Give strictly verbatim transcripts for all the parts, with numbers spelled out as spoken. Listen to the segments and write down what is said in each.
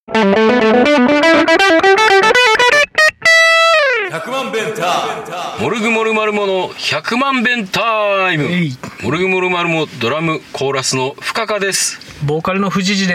ひゃくまん弁タモルグモルマルモのひゃくまん弁タイム。モルグモルマルモドラムコーラスの深川です。 ボーカルの藤次です。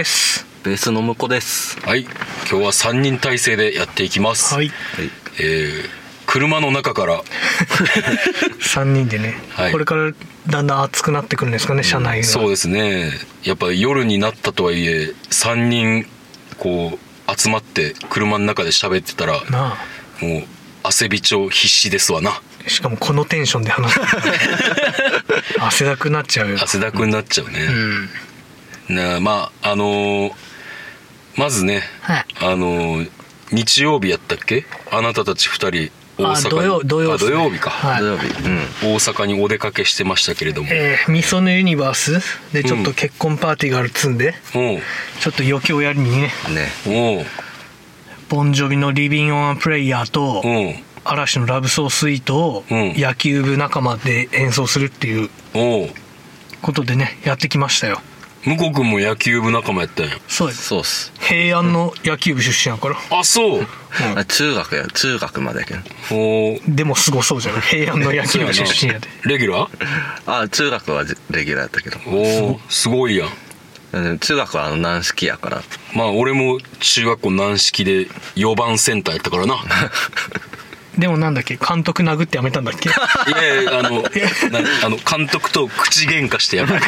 ベースの向こです。 はい、今日はさんにん体制でやっていきます。 はい、 えー、車の中からさんにんでね、はい、これからだんだん暑くなってくるんですかね、車内が、うん、 そうですね。やっぱり夜になったとはいえさんにんこう集まって車の中で喋ってたらなあ、もう汗びちょ必死ですわな。 しかもこのテンションで話す汗だくなっちゃうよ。 汗だくになっちゃうね、うん、なまああのー、まずね、はい、あのー、日曜日やったっけ、あなたたちふたり大阪に、 土曜、土曜、 土曜日か、 はい、 土曜日、うん、大阪にお出かけしてましたけれども、 えー、みそのユニバースでちょっと結婚パーティーがあるっつんで、うん、ちょっと余興やりにね、ね、おボンジョビのリビンオンプレイヤーと、うん、嵐のラブソースイートを野球部仲間で演奏するっていうことでね、やってきましたよ。 向こう君も野球部仲間やったんや。 そうです。 そうっす。 平安の野球部出身やから。 あ、そう、うん、 中学や、中学までやけん。 おでもすごそうじゃない、平安の野球部出身やで。 レギュラー？ あ、中学はレギュラーやったけど。 おすごいやん。 中学はあの軟式やから。 まあ俺も中学校軟式でよばんセンターやったからなでもなんだっけ、監督殴ってやめたんだっけ。いやいや、あのあの監督と口喧嘩してやめた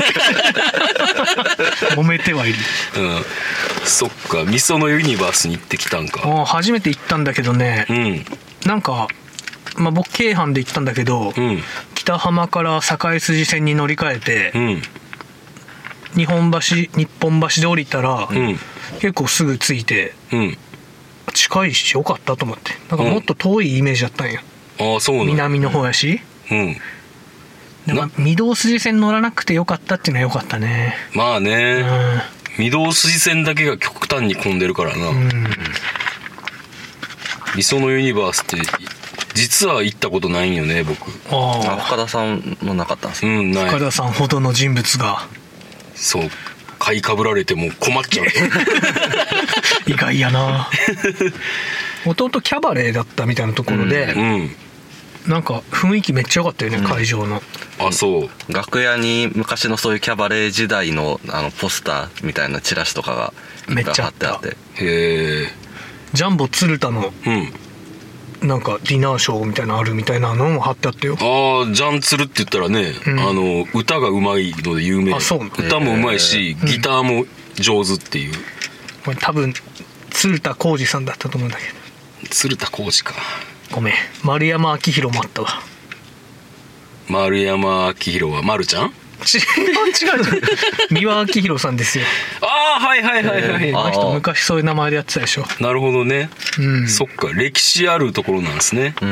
揉めてはいる、 うん、そっか、みそのユニバースに行ってきたんか。 あ、初めて行ったんだけどね、うん、なんか、まあ、僕京阪で行ったんだけど、うん、北浜から堺筋線に乗り換えて、うん、日本橋日本橋で降りたら、うん、結構すぐ着いて、うん、近いしよかったと思って。なんかもっと遠いイメージだったんや、うん、あ、そうなん、南の方やし、うん、だから御堂筋線乗らなくてよかったっていうのはよかったね。 まあね、うん、御堂筋線だけが極端に混んでるからな、うん、みそのユニバースって実は行ったことないんよね、僕。 ああ、深田さんもなかったんですか。 うん、ない。 深田さんほどの人物が、 そう、買いかぶられても困っちゃう意外やな。もともとキャバレーだったみたいなところで、うんうん、なんか雰囲気めっちゃ良かったよね、うん、会場の。 あ、そう。 楽屋に昔のそういうキャバレー時代のあのポスターみたいなチラシとかがめっちゃあって、 あって、 へえ。 ジャンボ鶴田の、うん、なんかディナーショーみたいなのあるみたいなのも貼ってあったよ。 ああ、ジャンツルって言ったらね、うん、あの歌がうまいので有名。 あ、そう。 歌もうまいし、ギターも上手っていう、 これ多分鶴田浩二さんだったと思うんだけど。 鶴田浩二か。 ごめん、丸山明宏もあったわ。 丸山明宏は丸ちゃん？違う違う三輪明宏さんですよ。 ああ、はいはいはいはい、えー、 あの人昔そういう名前でやってたでしょ。 なるほどね、うん、そっか、歴史あるところなんですね、うん、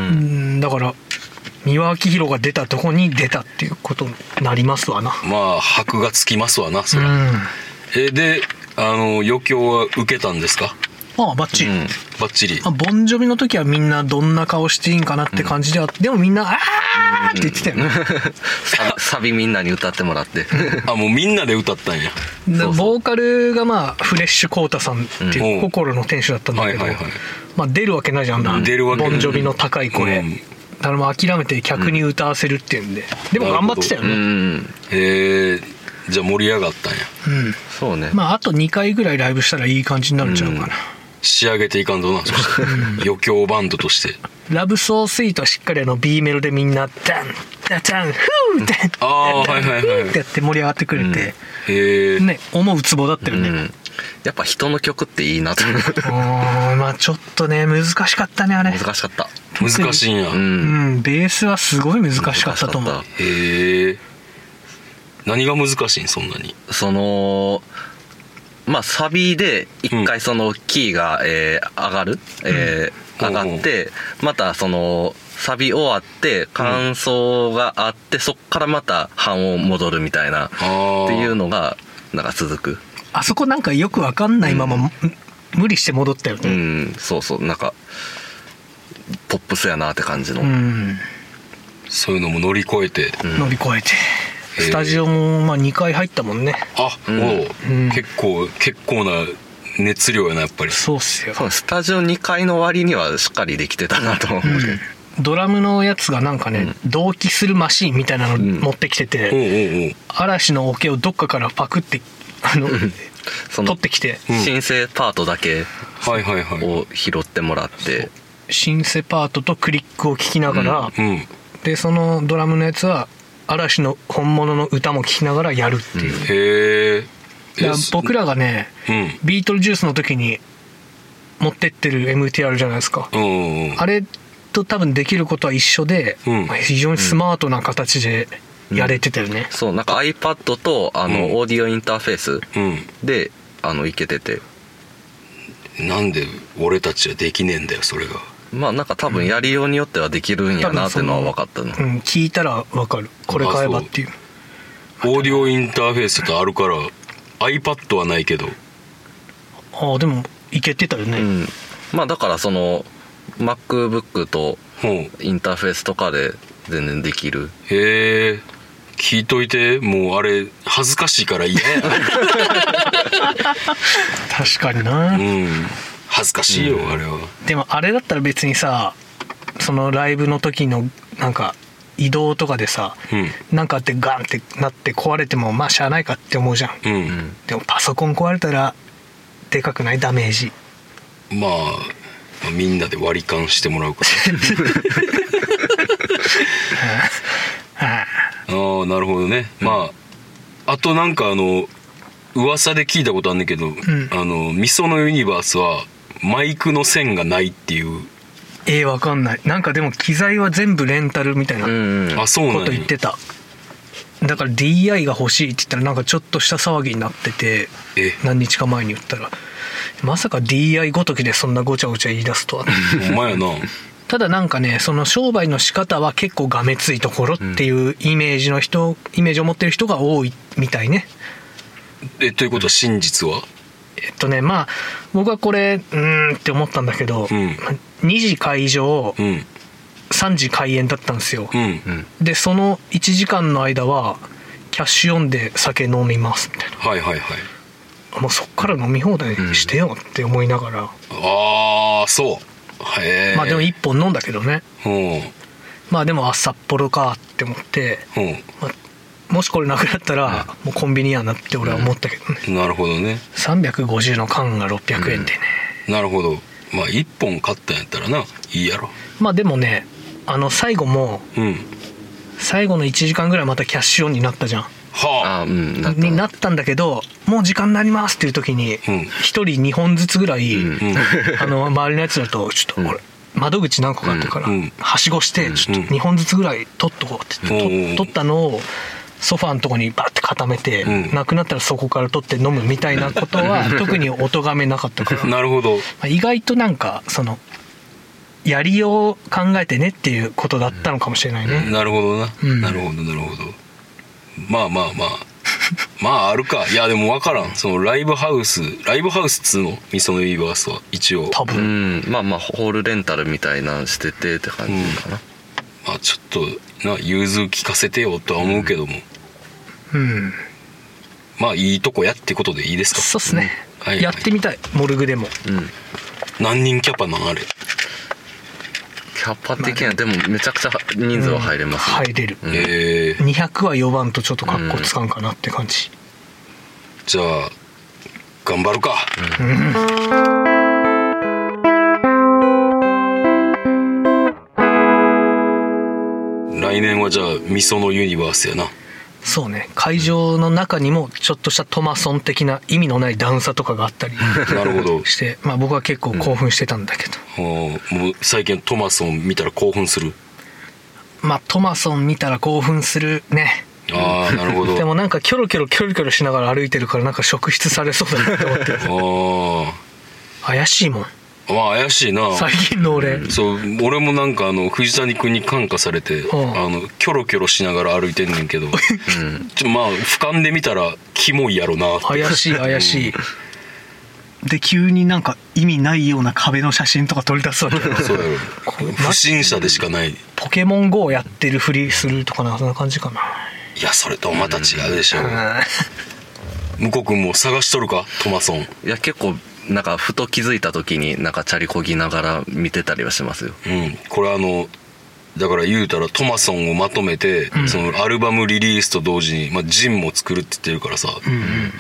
だから三輪明宏が出たとこに出たっていうことになりますわな。 まあ箔がつきますわな、それ、うん、えで、あの余興は受けたんですか？ ああ、バッチリ、うん、 バッチリ。 ボンジョビの時はみんなどんな顔していいんかなって感じでは、うん、でもみんなあーって言ってたよね、うん、 サ, サビみんなに歌ってもらってあ、もうみんなで歌ったんや。 そうそう、ボーカルがまあフレッシュコータさんっていう心の店主だったんだけど、うん、はいはいはい、まあ、出るわけないじゃんな、出るわけない、ボンジョビの高い声、うん、だからまあ諦めて客に歌わせるっていうんで、うん、でも頑張ってたよね、うん、 へえ。じゃあ盛り上がったんや。 うん、そうね。まああとにかいぐらいライブしたらいい感じになるんちゃうかな、うん、 仕上げていかんとな、そして余興バンドとしてラブソースイートはしっかりあの B メロでみんなダンダダンフーってああ、はいはいはい、 ってやって盛り上がってくれて、うん、 へえ、 ね、思うツボだったよね、うん、 やっぱ人の曲っていいなとあ、まあちょっとね難しかったね、あれ難しかった。 難しいんや、 うん、うん、ベースはすごい難しかったと思う。 へえ。何が難しいん、そんなに。 そのまあサビで一回そのキーが、えー、上がる、えー、上がってまたそのサビ終わって間奏があってそっからまた半音戻るみたいなっていうのがなんか続く。 あそこなんかよく分かんないまま、うん、無理して戻ったよね。 うん、そうそう、なんかポップスやなって感じの、うん、 そういうのも乗り越えて、 うん、乗り越えてスタジオもまあにかい入ったもんね。 あ、うん、おう、うん、結構結構な熱量やなやっぱり。 そうっすよ。 そうスタジオにかいの割にはしっかりできてたなと思う、うん、 ドラムのやつがなんかね、うん、同期するマシーンみたいなの持ってきてて、うん、嵐のオケをどっかからパクってあの、うん、その取ってきて、 うん、シンセパートだけを拾ってもらって、 シンセパートとクリックを聴きながら、うん、でそのドラムのやつは嵐の本物の歌も聴きながらやるっていう、うん、 へー。 僕らがね、うん、ビートルジュースの時に持ってってる エムティー あるじゃないですか、うんうん、あれと多分できることは一緒で、うん、非常にスマートな形でやれてたよね、うんうん、 そうなんか iPad とあの、うん、オーディオインターフェースで、うん、あのいけてて、 なんで俺たちはできねえんだよそれが。 まあなんか多分やりようによってはできるんやなっていうのは分かったの、うん、 聞いたら分かる、これ買えばっていう。 オーディオインターフェースとあるからiPad はないけど、 ああでもいけてたよね、うん、 まあだからその MacBook とインターフェースとかで全然できる。 へえ、聞いといて、もうあれ恥ずかしいから嫌や確かにな、うん、 恥ずかしいよ、うん、あれは。 でもあれだったら別にさ、そのライブの時のなんか移動とかでさ、うん、なんかあってガンってなって壊れてもまあしゃあないかって思うじゃん、うん、でもパソコン壊れたらでかくない？ダメージ。 まあ、まあ、みんなで割り勘してもらうからああ、なるほどね、うん、まああとなんかあの噂で聞いたことあんねんけど、うん、あのみそのユニバースはマイクの線がないっていう。 えー、わかんない。なんかでも機材は全部レンタルみたいなこと言ってた。だから ディーアイ が欲しいって言ったらなんかちょっとした騒ぎになってて、何日か前に言ったらまさか ディーアイ ごときでそんなごちゃごちゃ言い出すとは。 ほんまやな。 ただなんかね、その商売の仕方は結構がめついところっていうイメージの人、イメージを持ってる人が多いみたいね。 えということは真実は？ えっとね、まあ僕はこれうーんって思ったんだけど、うん、にじ開場、うん、さんじ開演だったんですよ、うん、でそのいちじかんの間はキャッシュオンで酒飲みますみたいな、 はいはいはい、 もうそっから飲み放題してよって思いながら、うん、 ああそうへえ。 まあでもいっぽん飲んだけどね、うん、まあでもあ札幌かって思って、うんまあもしこれなくなったらもうコンビニやなって俺は思ったけどね、 うん、なるほどね。 さんびゃくごじゅうの缶がろっぴゃくえんでね、 うん、なるほど。まあいっぽん買ったんやったらないいやろ。 まあでもね、あの最後も、うん、最後のいちじかんぐらいまたキャッシュオンになったじゃん。 はあ、うん、 なったになったんだけど、もう時間になりますっていう時にひとりにほんずつぐらい、うん、あの周りのやつだとちょっとこれ、うん、窓口何個かあったから、うん、はしごしてちょっとにほんずつぐらい取っとこうって言って、うん、取ったのをソファーのとこにバッて固めて、うん、なくなったらそこから取って飲むみたいなことは特にお咎めなかったからなるほど。 意外となんかそのやりよう考えてねっていうことだったのかもしれないね、 うん、なるほどな、うん、なるほどなるほど。まあまあまあまああるか。いやでも分からん、そのライブハウスライブハウスっつうのみそのユニバースは一応多分、 うん、まあまあホールレンタルみたいなんしててって感じかな、うん、 まあちょっとな融通聞かせてよとは思うけども、 うん、 まあいいとこやってことでいいですか。 そうっすね、うんはいはい、やってみたい。モルグでも、うん、 何人キャパなんあれ。 キャパ的にはでもめちゃくちゃ人数は入れます、 ね、うん、入れる、 うん、えー、 にひゃくは呼ばんとちょっと格好つかんかなって感じ、うん、 じゃあ頑張るか、うん、来年はじゃあみそのユニバースやな。 そうね、会場の中にもちょっとしたトマソン的な意味のない段差とかがあったりなるほどして、まあ、僕は結構興奮してたんだけど、 うん、もう最近トマソン見たら興奮する。 まあトマソン見たら興奮するね。 ああなるほど。 でもなんかキョロキョロキョロキョロしながら歩いてるからなんか職質されそうだなって思ってるああ怪しいもん。 まあ怪しいな最近の俺。 そう俺もなんかあの藤谷君に感化されて、うん、あのキョロキョロしながら歩いてんねんけど、うん、ちょまあ俯瞰で見たらキモいやろなって。 怪しい怪しい、うん、で急になんか意味ないような壁の写真とか撮り出すわけよそうやろ不審者でしかない。 ポケモン ゴー やってるふりするとかな、そんな感じかな。 いやそれとまた違うでしょ、うん、向こう君も探しとるかトマソン。 いや結構なんかふと気づいた時になんかチャリこぎながら見てたりはしますよ。 うん、これあのだから言うたらトマソンをまとめて、うん、そのアルバムリリースと同時に、まあ、ジンも作るって言ってるからさ、うんうん、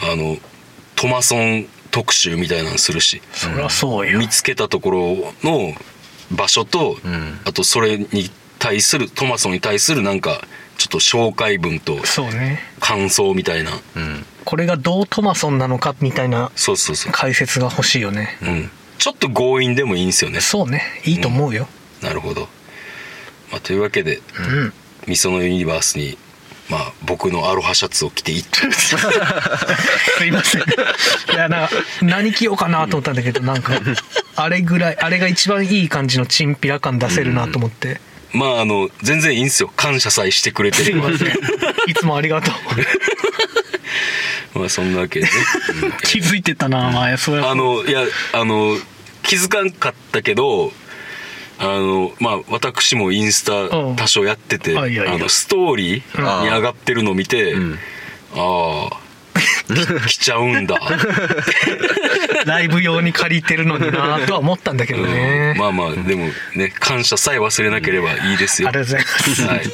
あのトマソン特集みたいなのするし、 そりゃそうよ。 見つけたところの場所と、うん、あとそれに対するトマソンに対するなんかちょっと紹介文と感想みたいな、 うん、これがどうトマソンなのかみたいな解説が欲しいよね。 うん、ちょっと強引でもいいんですよね。 そうね、いいと思うよ。 うん、なるほど。まあ、というわけで、うん、ミソのユニバースに、まあ、僕のアロハシャツを着ていってすいません。いやな、何着ようかなと思ったんだけど、なんかあれぐらいあれが一番いい感じのチンピラ感出せるなと思って、 うん、まああの全然いいんですよ。感謝さえしてくれてる。 すいません、いつもありがとう。まあそんなわけでね、 うん、気づいてたな、前。それあのいやあの気づかんかったけど、あのまあ私もインスタ多少やってて、あのストーリーに上がってるのを見て、うん、ああ来ちゃうんだライブ用に借りてるのになとは思ったんだけどね、 うん、まあまあでもね、感謝さえ忘れなければいいですよ、 うん、ありがとうございます、はい、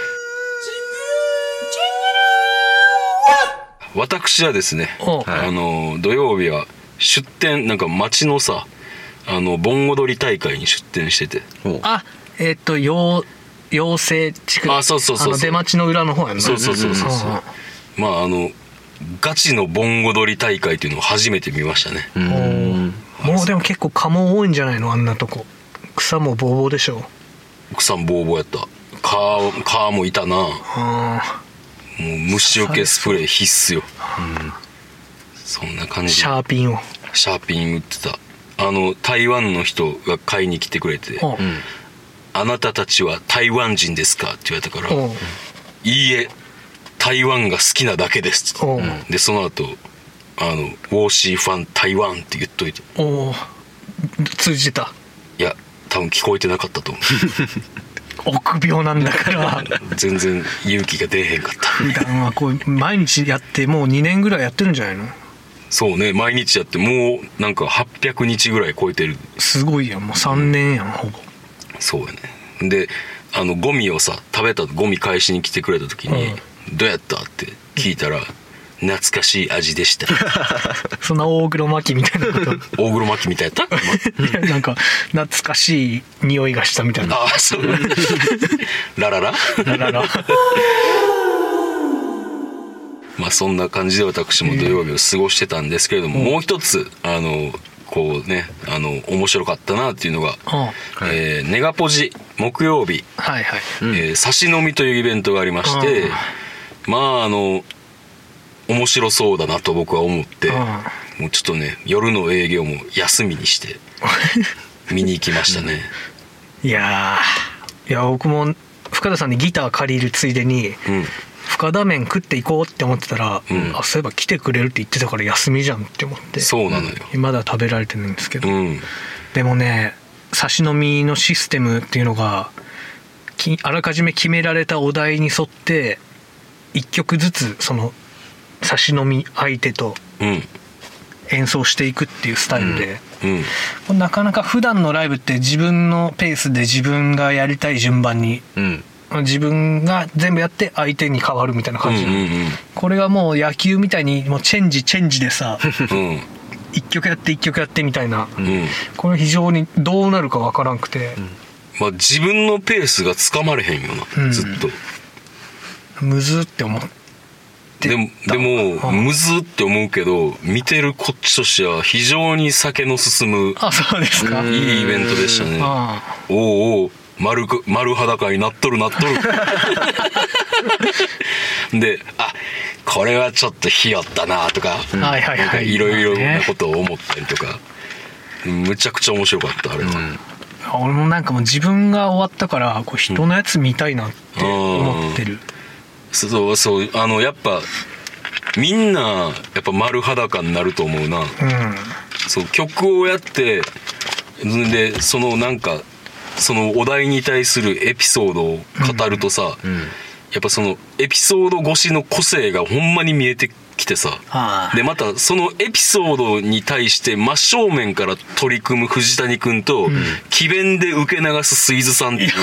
私はですね、あの土曜日は出店、なんか町のさ、あの盆踊り大会に出店してて、 あ、えっ、ー、と養養成地区、 あ、そうそうそうそう、 あの出町の裏の方やんな。 そうそうそうそうそう、まああのガチの盆踊り大会っていうのを初めて見ましたね。 うん、もうでも結構蚊も多いんじゃないの、あんなとこ。草もボーボーでしょ。 草もボーボーやった。蚊蚊もいたな。あ、もう虫除けスプレー必須よ、うん、そんな感じ。 シャーピンをシャーピン売ってた。あの台湾の人が買いに来てくれて、うん、あなたたちは台湾人ですかって言われたから、うん、いいえ台湾が好きなだけです、うん、でその後あのウォーシーファン台湾って言っといて、 お通じた。 いや多分聞こえてなかったと思う。 臆病なんだから全然勇気が出えへんかった。 普段はこう毎日やってもうにねんぐらいやってるんじゃないの。 そうね、毎日やってもうなんかはっぴゃくにちぐらい超えてる。 すごいやん、もうさんねんやん、うん、ほぼ。 そうやね。であのゴミをさ、食べたゴミ返しに来てくれた時に、うん、どうやったって聞いたら、懐かしい味でしたそんな大黒摩季みたいなこと。 大黒摩季みたいやった。 いやなんか懐かしい匂いがしたみたいな。 ああそうララララララまあそんな感じで私も土曜日を過ごしてたんですけれども、えー、もう一つあのこうね、あの面白かったなっていうのが、えー、ネガポジ木曜日、 はいはい、 えー、差し飲みというイベントがありまして、まああの面白そうだなと僕は思って、もうちょっとね夜の営業も休みにして見に行きましたね。 いやいや僕も深田さんにギター借りるついでに、うん、深田麺食っていこうって思ってたら、うん、あそういえば来てくれるって言ってたから休みじゃんって思って。 そうなのよ。 まだ食べられてるんですけど、うん、でもね差し飲みのシステムっていうのがあらかじめ決められたお題に沿っていっきょくずつその差し飲み相手と演奏していくっていうスタイルで、うんうん、なかなか普段のライブって自分のペースで自分がやりたい順番に、うん、自分が全部やって相手に変わるみたいな感じ、うんうんうん、これがもう野球みたいにもうチェンジチェンジでさ、うん、いっきょくやっていっきょくやってみたいな、うん、これ非常にどうなるか分からんくて、うん、 まあ、自分のペースがつかまれへんよな、うん、ずっとむずって思って。 でも、でもむずって思うけど見てるこっちとしては非常に酒の進む、 あ、そうですか、 いいイベントでしたね。おうおう 丸, 丸裸になっとるなっとるで、あこれはちょっとひよったなとか、いろいろなことを思ったりとか、むちゃくちゃ面白かったあれは、うん、 俺もなんかもう自分が終わったからこう人のやつ見たいなって思ってる、うん、 そうそう、あのやっぱみんなやっぱ丸裸になると思うな、うん、そう曲をやってでそのなんかそのお題に対するエピソードを語るとさ、うんうん、やっぱそのエピソード越しの個性がほんまに見えて来てさ、でまたそのエピソードに対して真正面から取り組む藤谷君と、うん、詭弁で受け流すスイズさんっていう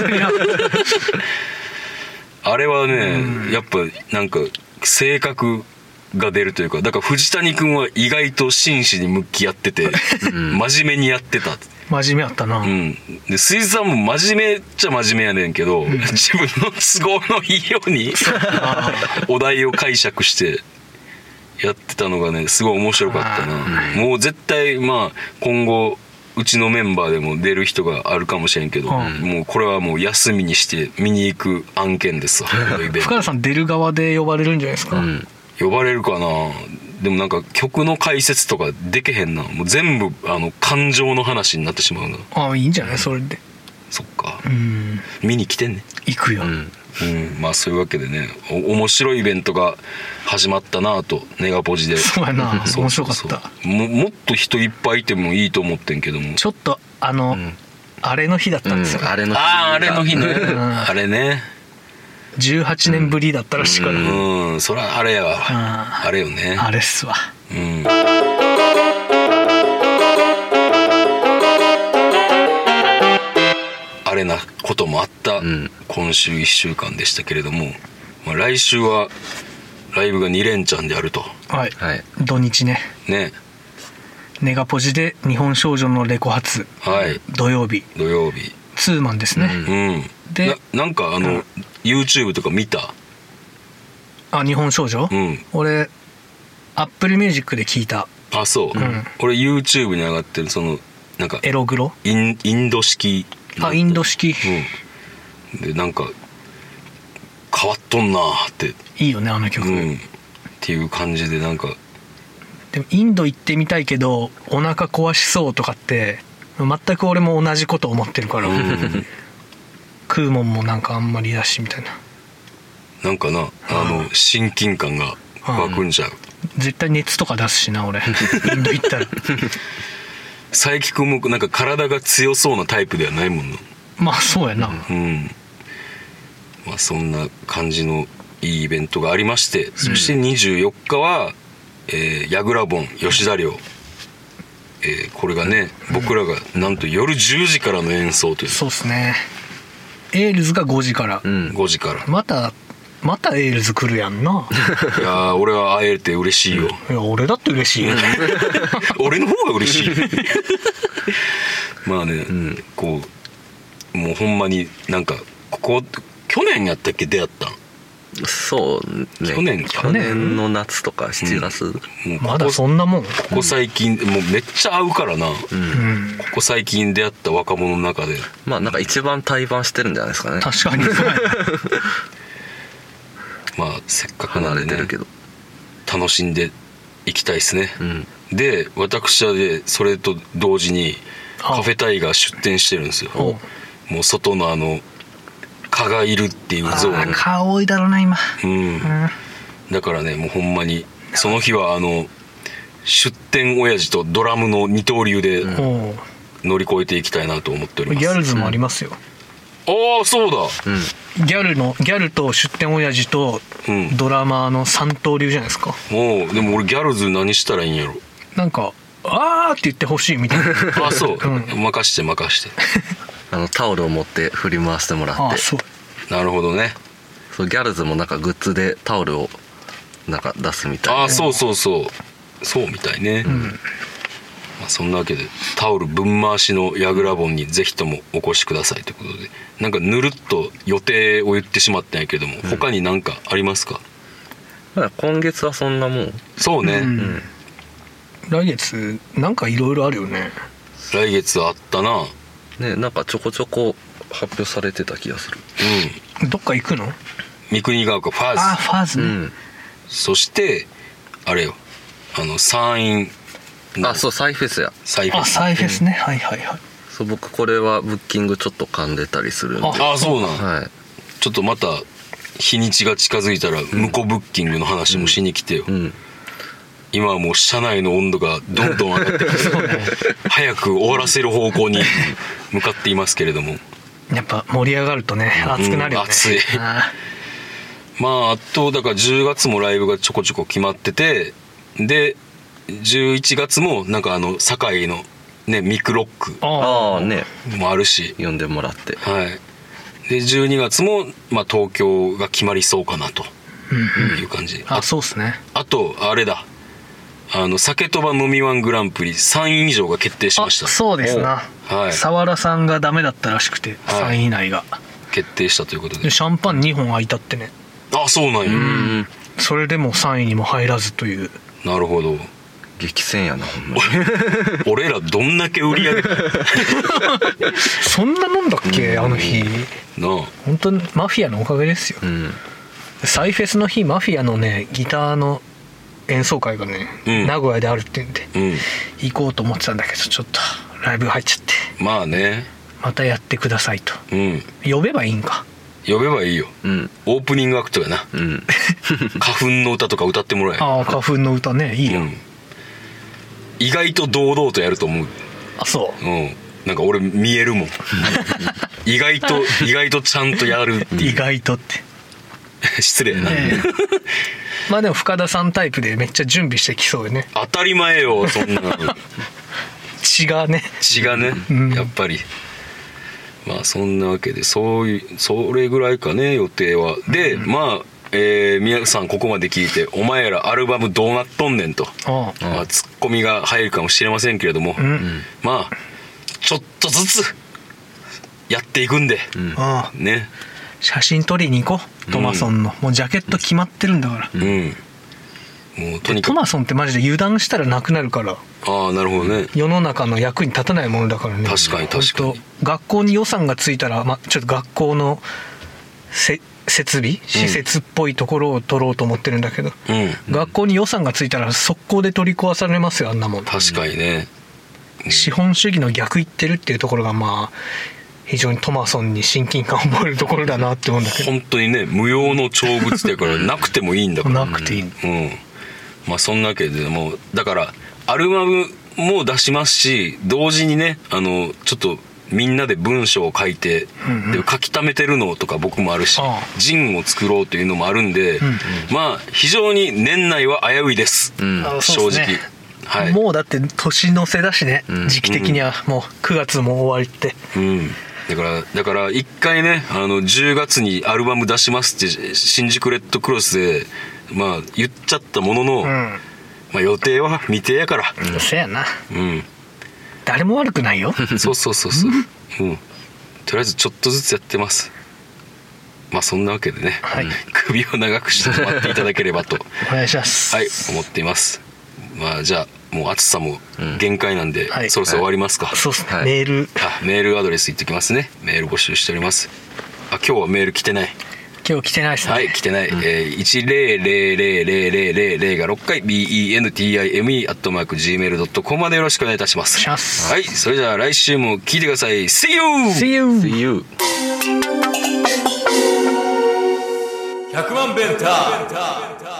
あれはね、うん、やっぱなんか性格が出るというか、だから藤谷君は意外と真摯に向き合ってて、うん、真面目にやってた。 真面目やったな。 うん。でスイズさんも真面目っちゃ真面目やねんけど、うん、自分の都合のいいようにお題を解釈してやってたのがねすごい面白かったな。うん、もう絶対まあ今後うちのメンバーでも出る人があるかもしれんけど、うん、もうこれはもう休みにして見に行く案件ですわ。 深田さん出る側で呼ばれるんじゃないですか。うん、 呼ばれるかな。でもなんか曲の解説とかできへんな。もう全部あの感情の話になってしまうな。 ああいいんじゃないそれで。 そっか。うん見に来てんね。 行くよ。うん、 うん、まあそういうわけでね、お面白いイベントが始まったなとネガポジで。 そうやな。面白かった。 ももっと人いっぱいいてもいいと思ってんけども。 ちょっとあの、うん、あれの日だったんですよ。 うん、あれの日。 あああれの日ね。あれね。 じゅうはちねんぶりだったらしいから。 うん、うん、それはあれやわ。あ, あれよね。 あれっすわ。うん。 あれなこともあった今週いっしゅうかんでしたけれども、まあ、来週はライブがに連チャンであると。 はい、はい、土日ね。 ね。 ネガポジで日本少女のレコ発、はい、土曜日土曜日ツーマンですね。うん、 うん、で な, なんかあの、うん、YouTube とか見た？ あ日本少女、うん、俺アップルミュージックで聞いた。 あそう、うん、俺 YouTube に上がってるそのなんかエログロイ ン, インド式。 あインド式、 うん、でなんか変わっとんなーっていいよねあの曲、うん、 っていう感じでなんかでもインド行ってみたいけどお腹壊しそうとかって全く俺も同じこと思ってるから、うん、食うもんもなんかあんまりだしみたいななんかなあの親近感が湧くんじゃう、 うん、絶対熱とか出すしな俺インド行ったら佐伯くんもなんか体が強そうなタイプではないもんな。 まあそうやな。 うん。まあそんな感じのいいイベントがありまして、そしてにじゅうよっかは、えー、ヤグラボン吉田寮、えー、これがね、うん、僕らがなんと夜じゅうじからの演奏という。 そうですね。エールズがごじから。 うん、ごじから。 またまたエールズ来るやんな。 いや俺は会えて嬉しいよ。 いや俺だって嬉しいよ。 俺の方が嬉しい。まあね、うん、こうもうほんまになんかここ去年やったっけ出会ったん。 そうね。 去年去年の夏とかしちがつ、 うん、もうまだそんなもん。ここ最近、うん、もうめっちゃ会うからな、うん、ここ最近出会った若者の中でまあなんか一番対バンしてるんじゃないですかね。 確かに。 まあせっかくなんでね離れてるけど楽しんでいきたいですね、うん、で私はでそれと同時にカフェタイが出店してるんですよ。もう外のあの蚊がいるっていうゾーン。 蚊多いだろうな今、うん、うん、 だからねもうほんまにその日はあの出店親父とドラムの二刀流で乗り越えていきたいなと思っております。 ギャルズもありますよ、 うん、ああそうだ、 うん、ギャルのギャルと出店親父とドラマーの三刀流じゃないですか、 うん、おでも俺ギャルズ何したらいいんやろ。 なんかあーって言ってほしいみたいな。 あそう、うん、任して任してあのタオルを持って振り回してもらって。あそうなるほどね。 そうギャルズもなんかグッズでタオルをなんか出すみたいな。 あそうそうそうそうみたいね、うんまあ、そんなわけでタオル分回しのヤグラボンにぜひともお越しくださいということで、なんかぬるっと予定を言ってしまったんやけども、うん、他に何かありますか。 まあ、今月はそんなもん。 そうね、うんうん、来月なんかいろいろあるよね。 来月あったな。 ねなんかちょこちょこ発表されてた気がする。 うん。どっか行くの？ 三国ヶ丘ファーズ。 あファーズね、うん、 そしてあれよあの山陰あそうサイフェスや。 サイフェス。あサイフェスね、うん、はいはいはい。 そう僕これはブッキングちょっと噛んでたりするんで。 ああそうなん、 はい、 ちょっとまた日にちが近づいたら向こうブッキングの話もしに来てよ、うんうん、今はもう車内の温度がどんどん上がって早く終わらせる方向に向かっていますけれども、 やっぱ盛り上がるとね熱くなるよね、 うん、熱いまああとだからじゅうがつもライブがちょこちょこ決まってて、でじゅういちがつもなんかあの堺のねミクロックああねもあるし呼んでもらって、 はいでじゅうにがつもまあ東京が決まりそうかなという感じ、 うんうん、あそうですね。 あとあれだ、あの酒とば飲みワングランプリさんい以上が決定しました。 あそうですな、はい、沢田さんがダメだったらしくて、はい、さんい以内が決定したということで、 でシャンパンにほん空いたってね。 あそうなんや、うん、 それでもさんいにも入らずという。 なるほど、 激戦やなほんまに俺らどんだけ売り上げたそんなもんだっけあの日なあ。本当にマフィアのおかげですよ、うん、サイフェスの日マフィアのねギターの演奏会がね、うん、名古屋であるって言うんで、うん、行こうと思ってたんだけどちょっとライブが入っちゃって、 まあねまたやってくださいと、うん、呼べばいいんか。 呼べばいいよ、うん、オープニングアクトやな、うん、花粉の歌とか歌ってもらえ。 ああ花粉の歌ねいいよ、うん、 意外と堂々とやると思う。 あそう、 うん、なんか俺見えるもん意外と意外とちゃんとやるっていう。 意外とって失礼な、ね、 まあでも深田さんタイプでめっちゃ準備してきそうよね。 当たり前よそんな血がね血がね、うん、やっぱりまあそんなわけでそういうそれぐらいかね予定は。で、うん、まあえー、皆さんここまで聞いてお前らアルバムどうなっとんねんと、ああまあ、ツッコミが入るかもしれませんけれども、うん、まあちょっとずつやっていくんで、うん、ね写真撮りに行こうトマソンの、うん、もうジャケット決まってるんだから、うん、もうとにかくトマソンってマジで油断したらなくなるから。 ああなるほどね。 世の中の役に立たないものだからね。 確かに確かに。 学校に予算がついたら、まあ、ちょっと学校のせ設備施設っぽいところを取ろうと思ってるんだけど、うん、学校に予算がついたら速攻で取り壊されますよあんなもん。 確かにね、 うん、資本主義の逆言ってるっていうところがまあ非常にトマソンに親近感を覚えるところだなって思うんだけど。 本当にね無用の長物だからなくてもいいんだからなくていい、うん、 まあそんなわけでもうだからアルバムも出しますし同時にねあのちょっとみんなで文章を書いて、うんうん、で書き溜めてるのとか僕もあるしジンを作ろうというのもあるんで、うんうん、まあ非常に年内は危ういです、うん、正直、ねはい、もうだって年の瀬だしね、うん、時期的にはもうくがつも終わりって、 うん、だからだから一回ねあのじゅうがつにアルバム出しますって新宿レッドクロスでまあ言っちゃったものの、うんまあ、予定は未定やから、 うん、そうやな、うん誰も悪くないよそうそうそうそう、うん、とりあえずちょっとずつやってます。まあそんなわけでね、はい、首を長くして止まっていただければとお願いしますはい思っています。まあじゃあもう暑さも限界なんで、うんはい、そろそろ終わりますか、 はい、そうっすね、はい、メールあメールアドレス言ってきますね。メール募集しております。あ今日はメール来てない。 今日来てないですね。 はい来てない、うんえー、いちゼロゼロゼロゼロゼロゼロゼロがろっかい ビーイーエヌティーアイエムイー アットマーク ジーメールドットコム までよろしくお願いいたします。はいそれじゃあ来週も聞いてください。 See you! See you! See you! ひゃくまんベンター